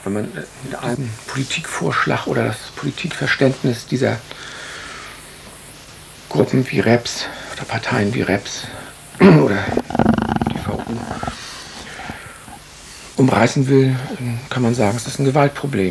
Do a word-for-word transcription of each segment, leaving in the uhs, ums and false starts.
wenn man mit einem Politikvorschlag oder das Politikverständnis dieser Gruppen wie Reps oder Parteien wie Reps oder die V U umreißen will, kann man sagen, es ist ein Gewaltproblem.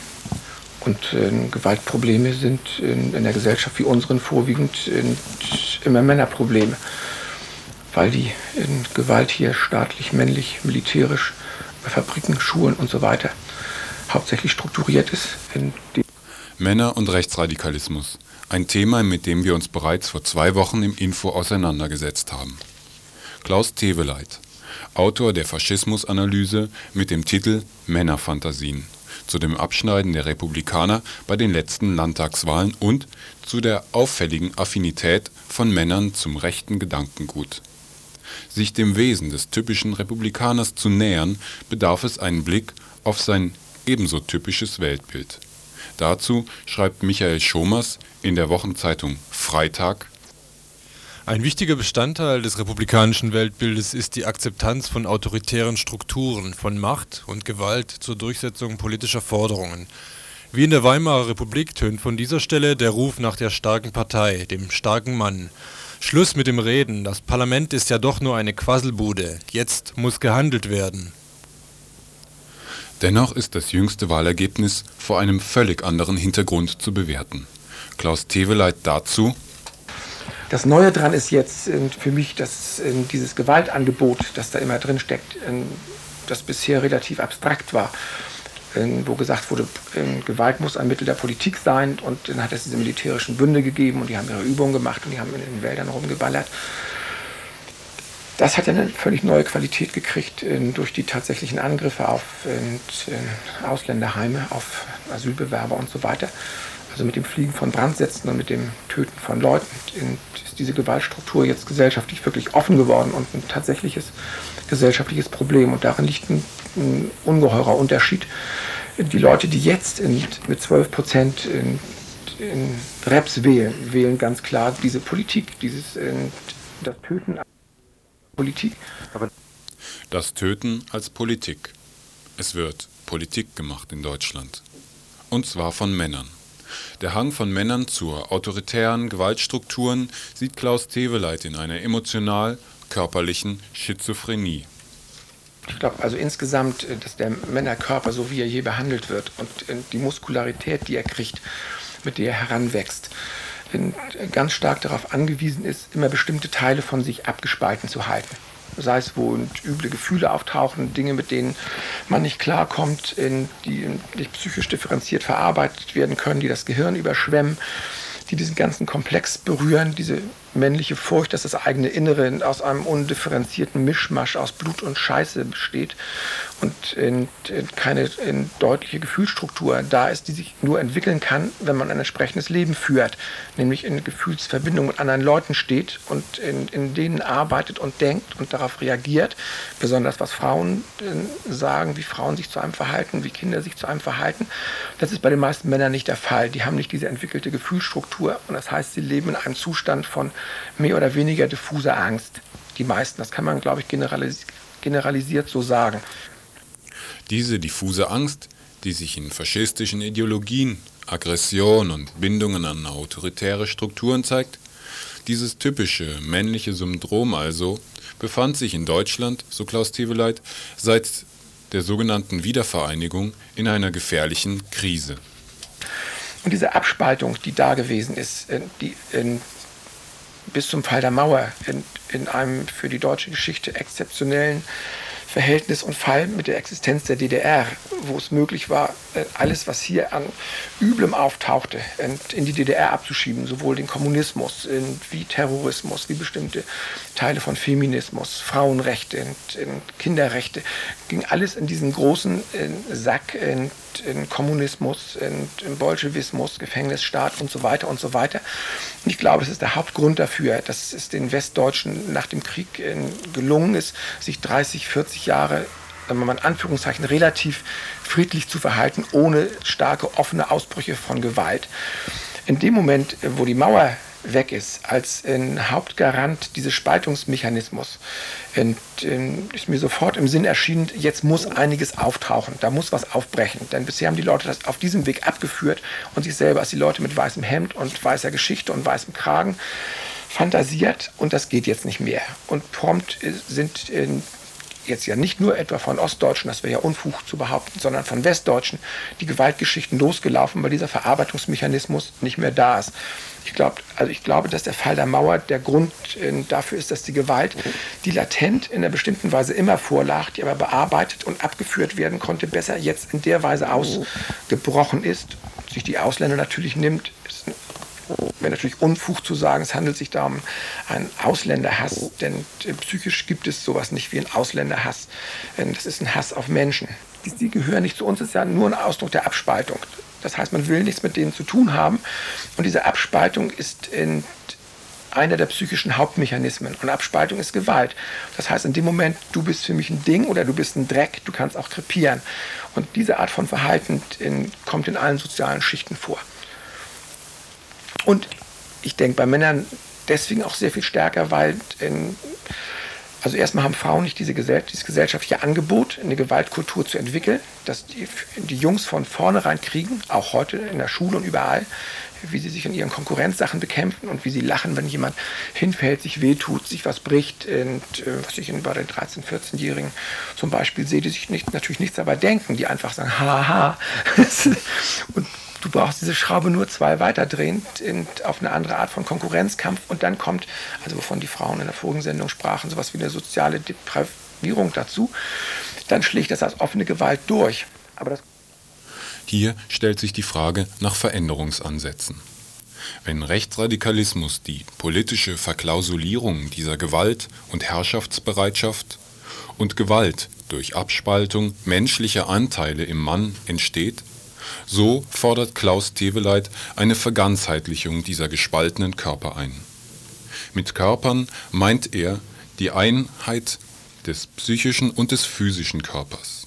Und äh, Gewaltprobleme sind in, in der Gesellschaft wie unseren vorwiegend in, immer Männerprobleme, weil die in Gewalt hier staatlich, männlich, militärisch, bei Fabriken, Schulen und so weiter hauptsächlich strukturiert ist. In Männer- und Rechtsradikalismus, ein Thema, mit dem wir uns bereits vor zwei Wochen im Info auseinandergesetzt haben. Klaus Teweleit, Autor der Faschismusanalyse mit dem Titel Männerfantasien, zu dem Abschneiden der Republikaner bei den letzten Landtagswahlen und zu der auffälligen Affinität von Männern zum rechten Gedankengut. Sich dem Wesen des typischen Republikaners zu nähern, bedarf es einen Blick auf sein ebenso typisches Weltbild. Dazu schreibt Michael Schomers in der Wochenzeitung Freitag: Ein wichtiger Bestandteil des republikanischen Weltbildes ist die Akzeptanz von autoritären Strukturen, von Macht und Gewalt zur Durchsetzung politischer Forderungen. Wie in der Weimarer Republik tönt von dieser Stelle der Ruf nach der starken Partei, dem starken Mann. Schluss mit dem Reden, das Parlament ist ja doch nur eine Quasselbude, jetzt muss gehandelt werden. Dennoch ist das jüngste Wahlergebnis vor einem völlig anderen Hintergrund zu bewerten. Klaus Teweleit dazu: Das Neue dran ist jetzt für mich, dass dieses Gewaltangebot, das da immer drin steckt, das bisher relativ abstrakt war, wo gesagt wurde, Gewalt muss ein Mittel der Politik sein, und dann hat es diese militärischen Bünde gegeben und die haben ihre Übungen gemacht und die haben in den Wäldern rumgeballert. Das hat ja eine völlig neue Qualität gekriegt durch die tatsächlichen Angriffe auf Ausländerheime, auf Asylbewerber und so weiter. Also mit dem Fliegen von Brandsätzen und mit dem Töten von Leuten ist diese Gewaltstruktur jetzt gesellschaftlich wirklich offen geworden und ein tatsächliches gesellschaftliches Problem. Und darin liegt ein, ein ungeheurer Unterschied. Die Leute, die jetzt in, mit zwölf Prozent in, in Reps wählen, wählen ganz klar diese Politik, dieses in, das Töten als Politik. Aber das Töten als Politik. Es wird Politik gemacht in Deutschland. Und zwar von Männern. Der Hang von Männern zu autoritären Gewaltstrukturen sieht Klaus Teweleit in einer emotional-körperlichen Schizophrenie. Ich glaube also insgesamt, dass der Männerkörper, so wie er je behandelt wird und die Muskularität, die er kriegt, mit der er heranwächst, ganz stark darauf angewiesen ist, immer bestimmte Teile von sich abgespalten zu halten. Sei es, wo üble Gefühle auftauchen, Dinge, mit denen man nicht klarkommt, die nicht psychisch differenziert verarbeitet werden können, die das Gehirn überschwemmen, die diesen ganzen Komplex berühren, diese männliche Furcht, dass das eigene Innere aus einem undifferenzierten Mischmasch aus Blut und Scheiße besteht und in, in keine in deutliche Gefühlsstruktur da ist, die sich nur entwickeln kann, wenn man ein entsprechendes Leben führt, nämlich in Gefühlsverbindung mit anderen Leuten steht und in, in denen arbeitet und denkt und darauf reagiert, besonders was Frauen äh, sagen, wie Frauen sich zu einem verhalten, wie Kinder sich zu einem verhalten. Das ist bei den meisten Männern nicht der Fall. Die haben nicht diese entwickelte Gefühlsstruktur, und das heißt, sie leben in einem Zustand von mehr oder weniger diffuser Angst. Die meisten, das kann man, glaube ich, generalis- generalisiert so sagen. Diese diffuse Angst, die sich in faschistischen Ideologien, Aggression und Bindungen an autoritäre Strukturen zeigt, dieses typische männliche Syndrom also, befand sich in Deutschland, so Klaus Teweleit, seit der sogenannten Wiedervereinigung in einer gefährlichen Krise. Und diese Abspaltung, die da gewesen ist, die in, bis zum Fall der Mauer in, in einem für die deutsche Geschichte exzeptionellen Verhältnis und Fall mit der Existenz der D D R, wo es möglich war, alles, was hier an Üblem auftauchte, in die D D R abzuschieben, sowohl den Kommunismus wie Terrorismus, wie bestimmte Teile von Feminismus, Frauenrechte, Kinderrechte, ging alles in diesen großen Sack, in, in Kommunismus, in, in Bolschewismus, Gefängnisstaat und so weiter und so weiter. Und ich glaube, das ist der Hauptgrund dafür, dass es den Westdeutschen nach dem Krieg gelungen ist, sich dreißig, vierzig Jahre, sagen wir mal in Anführungszeichen, relativ friedlich zu verhalten, ohne starke offene Ausbrüche von Gewalt. In dem Moment, wo die Mauer weg ist, als ein Hauptgarant dieses Spaltungsmechanismus, und, ähm, ist mir sofort im Sinn erschienen, jetzt muss einiges auftauchen, da muss was aufbrechen. Denn bisher haben die Leute das auf diesem Weg abgeführt und sich selber als die Leute mit weißem Hemd und weißer Geschichte und weißem Kragen fantasiert, und das geht jetzt nicht mehr. Und prompt äh, sind äh, jetzt ja nicht nur etwa von Ostdeutschen, das wäre ja Unfug zu behaupten, sondern von Westdeutschen die Gewaltgeschichten losgelaufen, weil dieser Verarbeitungsmechanismus nicht mehr da ist. Ich, glaub, also ich glaube, dass der Fall der Mauer der Grund äh, dafür ist, dass die Gewalt, die latent in einer bestimmten Weise immer vorlag, die aber bearbeitet und abgeführt werden konnte, besser jetzt in der Weise ausgebrochen ist, sich die Ausländer natürlich nimmt. Wäre natürlich Unfug zu sagen, es handelt sich da um einen Ausländerhass, denn äh, psychisch gibt es sowas nicht wie einen Ausländerhass. Äh, das ist ein Hass auf Menschen. Die, die gehören nicht zu uns, das ist ja nur ein Ausdruck der Abspaltung. Das heißt, man will nichts mit denen zu tun haben, und diese Abspaltung ist in einer der psychischen Hauptmechanismen, und Abspaltung ist Gewalt. Das heißt, in dem Moment, du bist für mich ein Ding oder du bist ein Dreck, du kannst auch krepieren. Und diese Art von Verhalten in, kommt in allen sozialen Schichten vor. Und ich denke bei Männern deswegen auch sehr viel stärker, weil in, also erstmal haben Frauen nicht diese Gesell dieses gesellschaftliche Angebot, eine Gewaltkultur zu entwickeln, dass die, die Jungs von vornherein kriegen, auch heute in der Schule und überall, wie sie sich in ihren Konkurrenzsachen bekämpfen und wie sie lachen, wenn jemand hinfällt, sich wehtut, sich was bricht. Und äh, was ich bei den dreizehn-, vierzehnjährigen zum Beispiel sehe, die sich nicht, natürlich nichts dabei denken, die einfach sagen, haha. Und du brauchst diese Schraube nur zwei weiterdrehen in, auf eine andere Art von Konkurrenzkampf, und dann kommt, also wovon die Frauen in der vorigen Sendung sprachen, sowas wie eine soziale Depravierung dazu, dann schlägt das als offene Gewalt durch. Aber das Hier stellt sich die Frage nach Veränderungsansätzen. Wenn Rechtsradikalismus die politische Verklausulierung dieser Gewalt und Herrschaftsbereitschaft und Gewalt durch Abspaltung menschlicher Anteile im Mann entsteht, so fordert Klaus Teweleit eine Verganzheitlichung dieser gespaltenen Körper ein. Mit Körpern meint er die Einheit des psychischen und des physischen Körpers.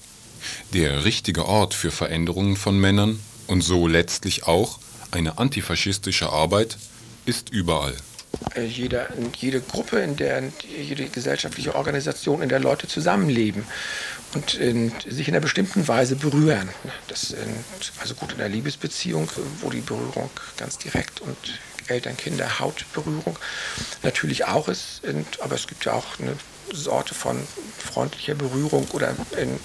Der richtige Ort für Veränderungen von Männern und so letztlich auch eine antifaschistische Arbeit ist überall. Jeder, jede Gruppe, in der jede gesellschaftliche Organisation, in der Leute zusammenleben und in, sich in einer bestimmten Weise berühren. Das in, also gut in der Liebesbeziehung, wo die Berührung ganz direkt und Eltern-Kinder-Hautberührung natürlich auch ist, in, aber es gibt ja auch eine Sorte von freundlicher Berührung oder in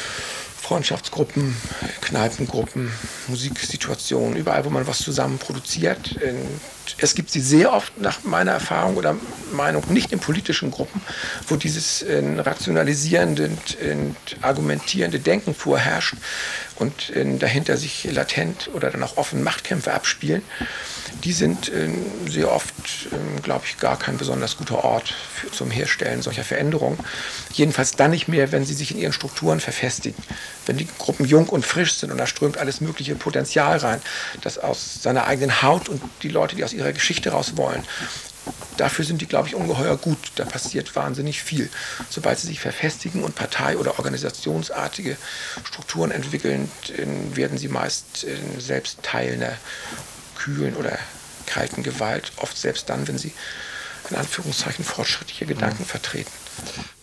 Freundschaftsgruppen, Kneipengruppen, Musiksituationen, überall, wo man was zusammen produziert. Es gibt sie sehr oft, nach meiner Erfahrung oder Meinung, nicht in politischen Gruppen, wo dieses rationalisierende, argumentierende Denken vorherrscht und dahinter sich latent oder dann auch offen Machtkämpfe abspielen. Die sind sehr oft, glaube ich, gar kein besonders guter Ort für, zum Herstellen solcher Veränderungen. Jedenfalls dann nicht mehr, wenn sie sich in ihren Strukturen verfestigen. Wenn die Gruppen jung und frisch sind und da strömt alles mögliche Potenzial rein, das aus seiner eigenen Haut und die Leute, die aus ihrer Geschichte raus wollen, dafür sind die, glaube ich, ungeheuer gut. Da passiert wahnsinnig viel. Sobald sie sich verfestigen und Partei- oder organisationsartige Strukturen entwickeln, werden sie meist selbst Teil einer kühlen oder kalten Gewalt, oft selbst dann, wenn sie in Anführungszeichen fortschrittliche Gedanken vertreten.